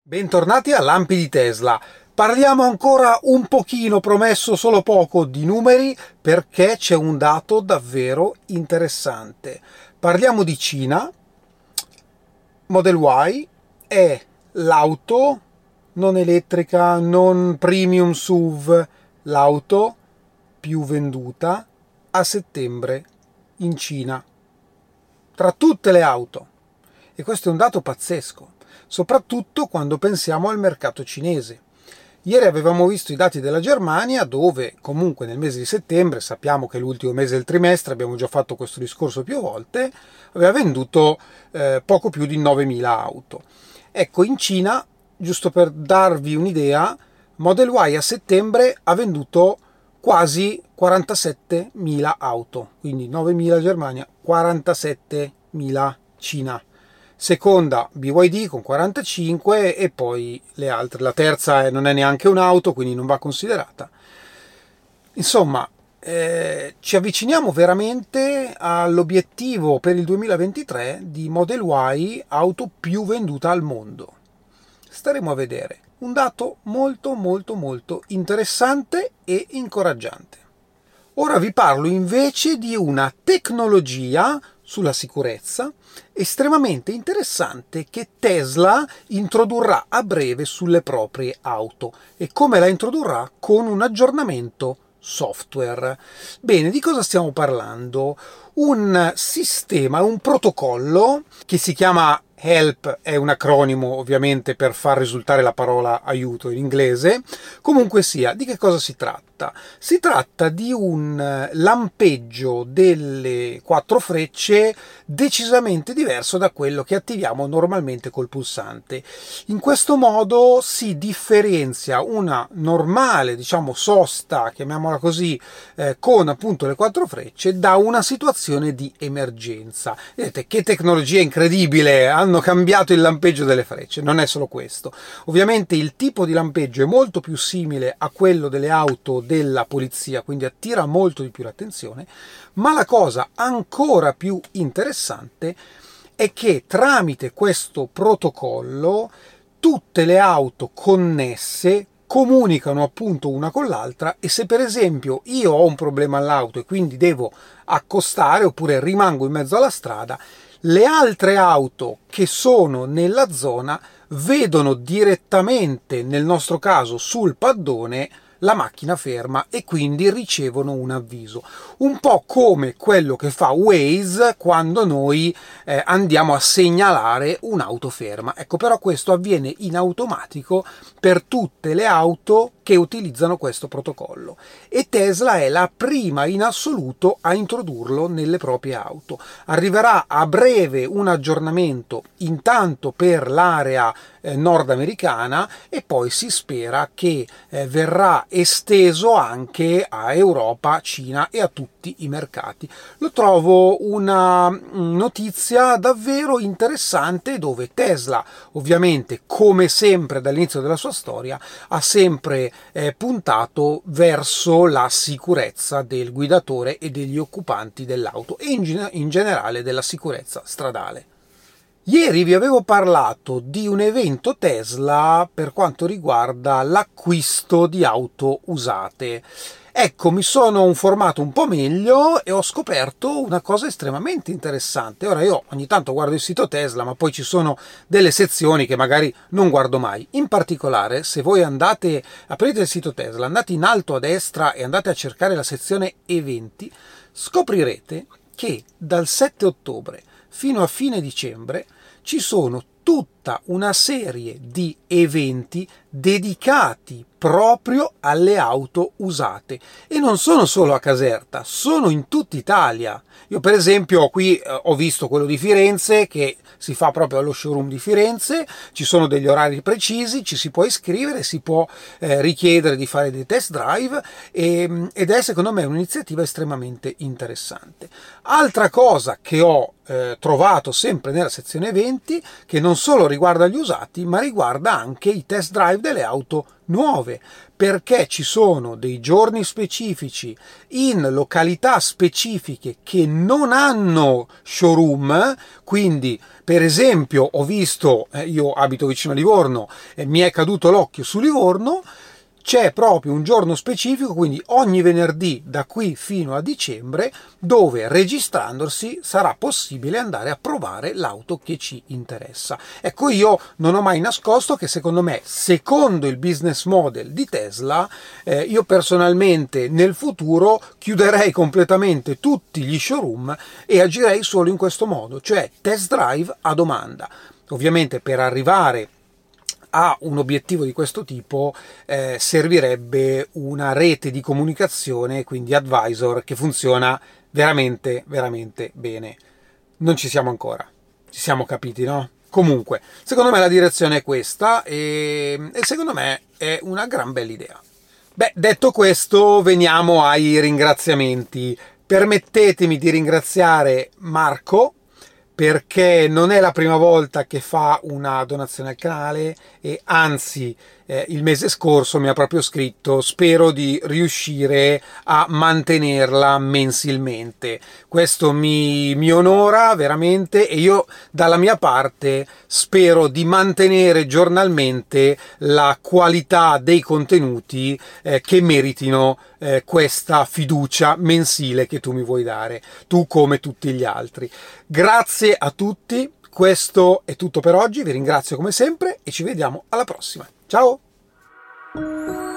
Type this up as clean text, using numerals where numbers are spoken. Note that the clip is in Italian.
Bentornati a Lampi di Tesla. Parliamo ancora un pochino, promesso solo poco, di numeri perché c'è un dato davvero interessante. Parliamo di Cina. Model Y è l'auto non elettrica, non premium SUV, l'auto più venduta a settembre in Cina, tra tutte le auto. E questo è un dato pazzesco, soprattutto quando pensiamo al mercato cinese. Ieri avevamo visto i dati della Germania, dove comunque nel mese di settembre, sappiamo che è l'ultimo mese del trimestre, abbiamo già fatto questo discorso più volte, aveva venduto poco più di 9.000 auto. Ecco, in Cina, giusto per darvi un'idea, Model Y a settembre ha venduto quasi 47.000 auto, quindi 9.000 Germania, 47.000 Cina. Seconda BYD con 45 e poi le altre. La terza non è neanche un'auto, quindi non va considerata. Insomma, ci avviciniamo veramente all'obiettivo per il 2023 di Model Y, auto più venduta al mondo. Staremo a vedere. Un dato molto interessante e incoraggiante. Ora vi parlo invece di una tecnologia sulla sicurezza estremamente interessante che Tesla introdurrà a breve sulle proprie auto. E come la introdurrà? Con un aggiornamento software. Bene, di cosa stiamo parlando? Un sistema, un protocollo che si chiama HELP, è un acronimo ovviamente per far risultare la parola aiuto in inglese. Comunque sia, di che cosa si tratta? Si tratta di un lampeggio delle quattro frecce decisamente diverso da quello che attiviamo normalmente col pulsante. In questo modo si differenzia una normale, sosta, chiamiamola così, con appunto le quattro frecce, da una situazione di emergenza. Vedete che tecnologia incredibile! Hanno cambiato il lampeggio delle frecce. Non è solo questo. Ovviamente il tipo di lampeggio è molto più simile a quello delle auto della polizia, quindi attira molto di più l'attenzione, ma la cosa ancora più interessante è che tramite questo protocollo tutte le auto connesse comunicano appunto una con l'altra, e se per esempio io ho un problema all'auto e quindi devo accostare oppure rimango in mezzo alla strada, le altre auto che sono nella zona vedono direttamente, nel nostro caso sul paddone, la macchina ferma e quindi ricevono un avviso. Un po' come quello che fa Waze quando noi andiamo a segnalare un'auto ferma. Ecco, però questo avviene in automatico per tutte le auto che utilizzano questo protocollo, e Tesla è la prima in assoluto a introdurlo nelle proprie auto. Arriverà a breve un aggiornamento intanto per l'area nordamericana e poi si spera che verrà esteso anche a Europa, Cina e a tutti i mercati. Lo trovo una notizia davvero interessante, dove Tesla, ovviamente come sempre dall'inizio della sua storia, ha sempre puntato verso la sicurezza del guidatore e degli occupanti dell'auto e in generale della sicurezza stradale. Ieri vi avevo parlato di un evento Tesla per quanto riguarda l'acquisto di auto usate. Ecco, mi sono informato un po' meglio e ho scoperto una cosa estremamente interessante. Ora, io ogni tanto guardo il sito Tesla, ma poi ci sono delle sezioni che magari non guardo mai. In particolare, se voi aprite il sito Tesla, andate in alto a destra e andate a cercare la sezione eventi, scoprirete che dal 7 ottobre fino a fine dicembre ci sono tutta una serie di eventi dedicati proprio alle auto usate, e non sono solo a Caserta, sono in tutta Italia. Io per esempio qui ho visto quello di Firenze, che si fa proprio allo showroom di Firenze, ci sono degli orari precisi, ci si può iscrivere, si può richiedere di fare dei test drive ed è secondo me un'iniziativa estremamente interessante. Altra cosa che ho trovato sempre nella sezione eventi, che non non solo riguarda gli usati, ma riguarda anche i test drive delle auto nuove, perché ci sono dei giorni specifici in località specifiche che non hanno showroom. Quindi, per esempio, ho visto, io abito vicino a Livorno e mi è caduto l'occhio su Livorno, c'è proprio un giorno specifico, quindi ogni venerdì da qui fino a dicembre, dove registrandosi sarà possibile andare a provare l'auto che ci interessa. Ecco, io non ho mai nascosto che secondo me, secondo il business model di Tesla, io personalmente nel futuro chiuderei completamente tutti gli showroom e agirei solo in questo modo, cioè test drive a domanda. Ovviamente per arrivare a un obiettivo di questo tipo servirebbe una rete di comunicazione, quindi advisor, che funziona veramente bene. Non ci siamo ancora, ci siamo capiti, no? Comunque, secondo me la direzione è questa e secondo me è una gran bella idea. Beh, detto questo, veniamo ai ringraziamenti. Permettetemi di ringraziare Marco, perché non è la prima volta che fa una donazione al canale e anzi il mese scorso mi ha proprio scritto: spero di riuscire a mantenerla mensilmente. Questo mi onora veramente e io dalla mia parte spero di mantenere giornalmente la qualità dei contenuti che meritino questa fiducia mensile che tu mi vuoi dare, tu come tutti gli altri. Grazie a tutti, questo è tutto per oggi, vi ringrazio come sempre e ci vediamo alla prossima. Ciao!